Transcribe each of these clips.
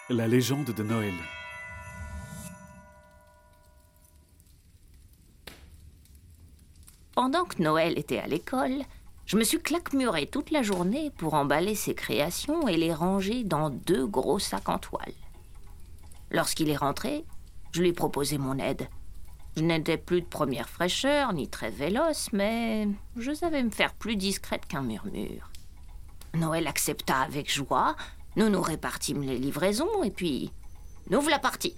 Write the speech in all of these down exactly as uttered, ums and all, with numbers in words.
La légende de Noël. Pendant que Noël était à l'école, je me suis claquemurée toute la journée pour emballer ses créations et les ranger dans deux gros sacs en toile. Lorsqu'il est rentré, je lui ai proposé mon aide. Je n'étais plus de première fraîcheur, ni très véloce, mais je savais me faire plus discrète qu'un murmure. Noël accepta avec joie, nous nous répartîmes les livraisons, et puis nous voilà partis.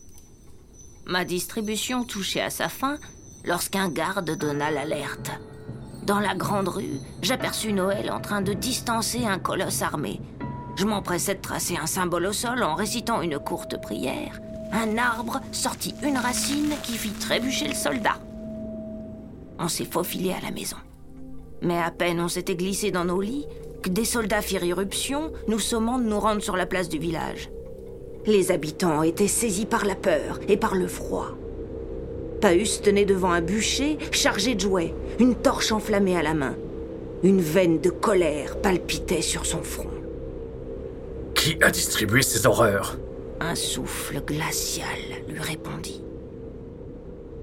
Ma distribution touchait à sa fin lorsqu'un garde donna l'alerte. Dans la grande rue, j'aperçus Noël en train de distancer un colosse armé. Je m'empressai de tracer un symbole au sol en récitant une courte prière. Un arbre sortit une racine qui fit trébucher le soldat. On s'est faufilé à la maison. Mais à peine on s'était glissé dans nos lits que des soldats firent irruption, nous sommant de nous rendre sur la place du village. Les habitants étaient saisis par la peur et par le froid. Paüs tenait devant un bûcher chargé de jouets, une torche enflammée à la main. Une veine de colère palpitait sur son front. Qui a distribué ces horreurs ? Un souffle glacial lui répondit. Qui ?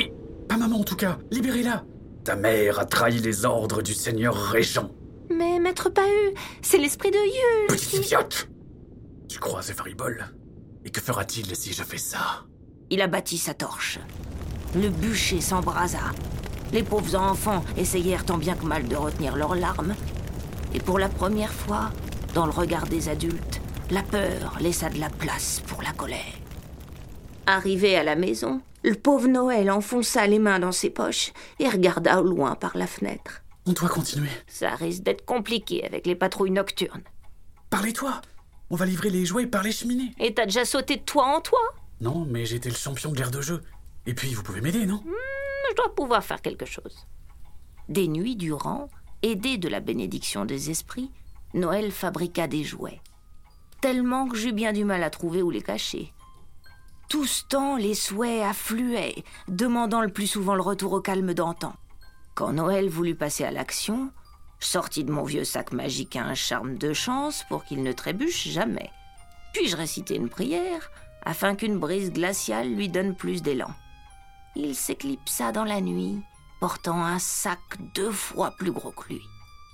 Pas maman en tout cas, libérez-la. Ta mère a trahi les ordres du seigneur régent. Mais maître Paü, c'est l'esprit de Yule. Petite idiote ! Tu crois ce faribole ? Et que fera-t-il si je fais ça ? Il abattit sa torche. Le bûcher s'embrasa. Les pauvres enfants essayèrent tant bien que mal de retenir leurs larmes. Et pour la première fois, dans le regard des adultes, la peur laissa de la place pour la colère. Arrivé à la maison, le pauvre Noël enfonça les mains dans ses poches et regarda au loin par la fenêtre. On doit continuer. Ça risque d'être compliqué avec les patrouilles nocturnes. Parlez-toi. On va livrer les jouets par les cheminées. Et t'as déjà sauté de toit en toit ? Non, mais j'étais le champion de l'aire de jeu. Et puis, vous pouvez m'aider, non ? mmh, Je dois pouvoir faire quelque chose. Des nuits durant, aidé de la bénédiction des esprits, Noël fabriqua des jouets. Tellement que j'eus bien du mal à trouver où les cacher. Tout ce temps, les souhaits affluaient, demandant le plus souvent le retour au calme d'antan. Quand Noël voulut passer à l'action, je sortis de mon vieux sac magique un charme de chance pour qu'il ne trébuche jamais. Puis je récitai une prière afin qu'une brise glaciale lui donne plus d'élan. Il s'éclipsa dans la nuit, portant un sac deux fois plus gros que lui.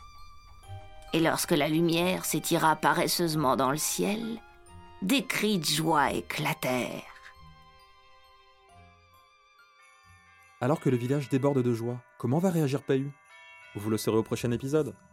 Et lorsque la lumière s'étira paresseusement dans le ciel, des cris de joie éclatèrent. Alors que le village déborde de joie, comment va réagir Paü ? Vous le saurez au prochain épisode.